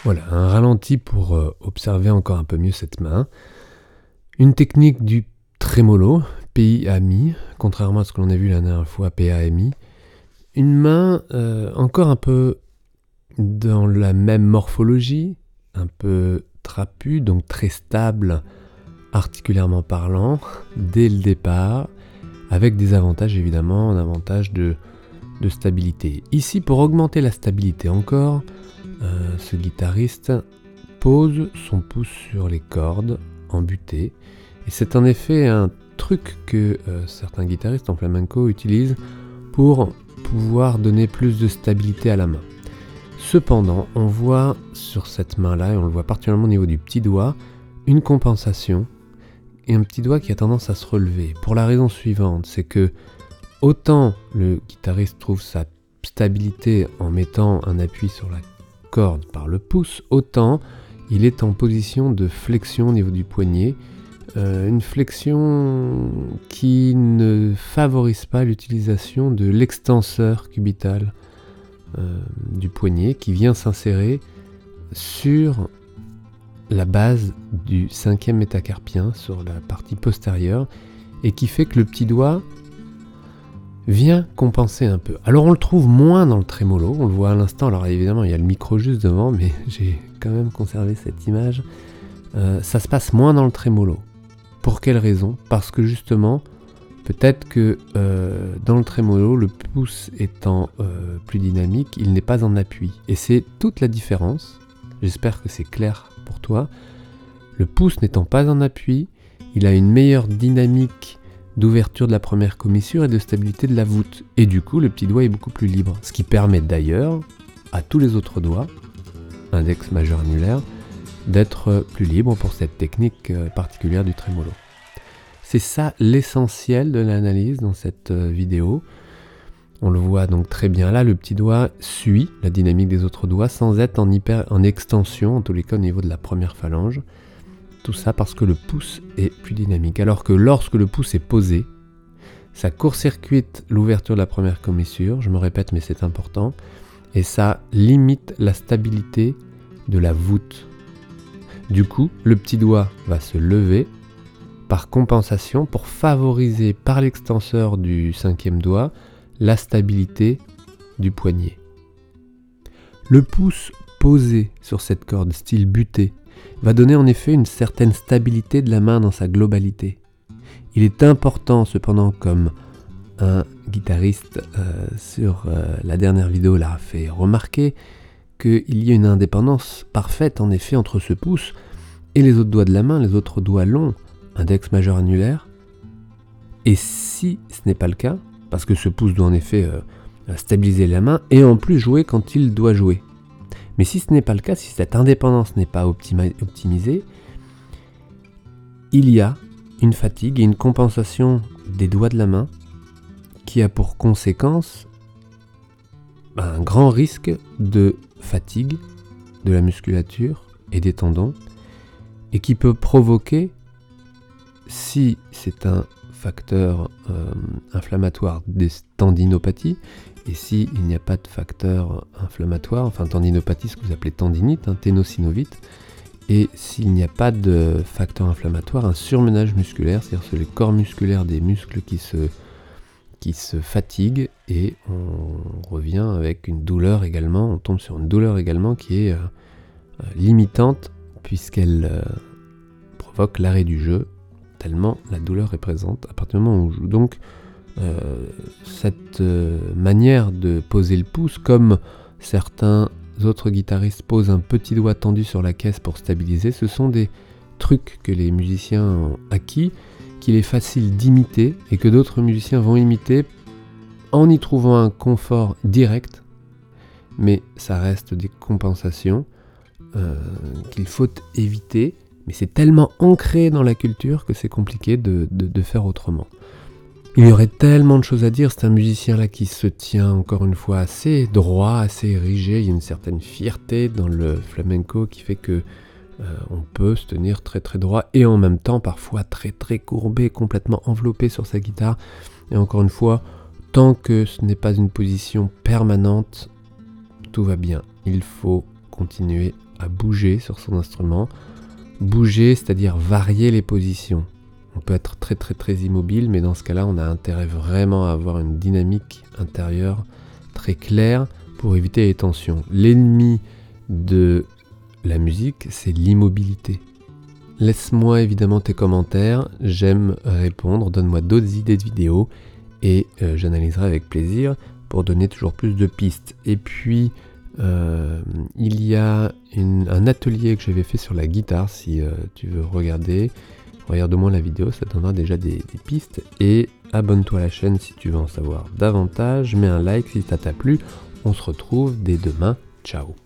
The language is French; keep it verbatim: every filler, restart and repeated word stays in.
Voilà, un ralenti pour euh, observer encore un peu mieux cette main. Une technique du trémolo, P I A M I, contrairement à ce que l'on a vu la dernière fois, P A M I. Une main euh, encore un peu dans la même morphologie, un peu trapue, donc très stable, articulairement parlant, dès le départ, avec des avantages évidemment, un avantage de, de stabilité. Ici, pour augmenter la stabilité encore, euh, ce guitariste pose son pouce sur les cordes en butée, et c'est en effet un truc que euh, certains guitaristes en flamenco utilisent pour pouvoir donner plus de stabilité à la main. Cependant, on voit sur cette main-là, et on le voit particulièrement au niveau du petit doigt, une compensation et un petit doigt qui a tendance à se relever. Pour la raison suivante, c'est que autant le guitariste trouve sa stabilité en mettant un appui sur la corde par le pouce, autant il est en position de flexion au niveau du poignet, euh, une flexion qui ne favorise pas l'utilisation de l'extenseur cubital euh, du poignet qui vient s'insérer sur la base du cinquième métacarpien, sur la partie postérieure, et qui fait que le petit doigt vient compenser un peu. Alors on le trouve moins dans le trémolo, on le voit à l'instant, alors évidemment il y a le micro juste devant, mais j'ai quand même conservé cette image. Euh, ça se passe moins dans le trémolo. Pour quelle raison ? Parce que justement, peut-être que euh, dans le trémolo, le pouce étant euh, plus dynamique, il n'est pas en appui. Et c'est toute la différence, j'espère que c'est clair pour toi. Le pouce n'étant pas en appui, il a une meilleure dynamique d'ouverture de la première commissure et de stabilité de la voûte. Et du coup, le petit doigt est beaucoup plus libre. Ce qui permet d'ailleurs à tous les autres doigts, index majeur annulaire, d'être plus libre pour cette technique particulière du trémolo. C'est ça l'essentiel de l'analyse dans cette vidéo. On le voit donc très bien là, le petit doigt suit la dynamique des autres doigts sans être en, hyper, en extension, en tous les cas au niveau de la première phalange. Tout ça parce que le pouce est plus dynamique. Alors que lorsque le pouce est posé, ça court-circuite l'ouverture de la première commissure, je me répète mais c'est important, et ça limite la stabilité de la voûte. Du coup, le petit doigt va se lever par compensation pour favoriser par l'extenseur du cinquième doigt la stabilité du poignet. Le pouce posé sur cette corde style buté va donner en effet une certaine stabilité de la main dans sa globalité. Il est important cependant, comme un guitariste euh, sur euh, la dernière vidéo l'a fait remarquer, qu'il y a une indépendance parfaite en effet entre ce pouce et les autres doigts de la main, les autres doigts longs, index majeur annulaire. Et si ce n'est pas le cas, parce que ce pouce doit en effet euh, stabiliser la main et en plus jouer quand il doit jouer. Mais si ce n'est pas le cas, si cette indépendance n'est pas optima- optimisée, il y a une fatigue et une compensation des doigts de la main qui a pour conséquence un grand risque de fatigue de la musculature et des tendons et qui peut provoquer, si c'est un facteur euh, inflammatoire, des tendinopathies, et s'il n'y a pas de facteur inflammatoire, enfin tendinopathie, ce que vous appelez tendinite, hein, ténosynovite, et s'il n'y a pas de facteur inflammatoire, un surmenage musculaire, c'est-à-dire c'est le corps musculaire des muscles qui se, qui se fatiguent, et on revient avec une douleur également, on tombe sur une douleur également qui est euh, euh, limitante, puisqu'elle euh, provoque l'arrêt du jeu, tellement la douleur est présente à partir du moment où on joue. Donc, euh, cette euh, manière de poser le pouce, comme certains autres guitaristes posent un petit doigt tendu sur la caisse pour stabiliser, ce sont des trucs que les musiciens ont acquis, qu'il est facile d'imiter et que d'autres musiciens vont imiter en y trouvant un confort direct, mais ça reste des compensations euh, qu'il faut éviter. Mais c'est tellement ancré dans la culture que c'est compliqué de, de, de faire autrement. Il y aurait tellement de choses à dire, c'est un musicien là qui se tient encore une fois assez droit, assez érigé, il y a une certaine fierté dans le flamenco qui fait que euh, on peut se tenir très très droit et en même temps parfois très très courbé, complètement enveloppé sur sa guitare. Et encore une fois, tant que ce n'est pas une position permanente, tout va bien. Il faut continuer à bouger sur son instrument. Bouger, c'est-à-dire varier les positions. On peut être très très très immobile, mais dans ce cas-là, on a intérêt vraiment à avoir une dynamique intérieure très claire pour éviter les tensions. L'ennemi de la musique, c'est l'immobilité. Laisse-moi évidemment tes commentaires, j'aime répondre, donne-moi d'autres idées de vidéos et euh, j'analyserai avec plaisir pour donner toujours plus de pistes. Et puis, euh, il y a une, un atelier que j'avais fait sur la guitare, si euh, tu veux regarder. Regarde au moins la vidéo, ça te donnera déjà des, des pistes. Et abonne-toi à la chaîne si tu veux en savoir davantage. Mets un like si ça t'a plu. On se retrouve dès demain. Ciao.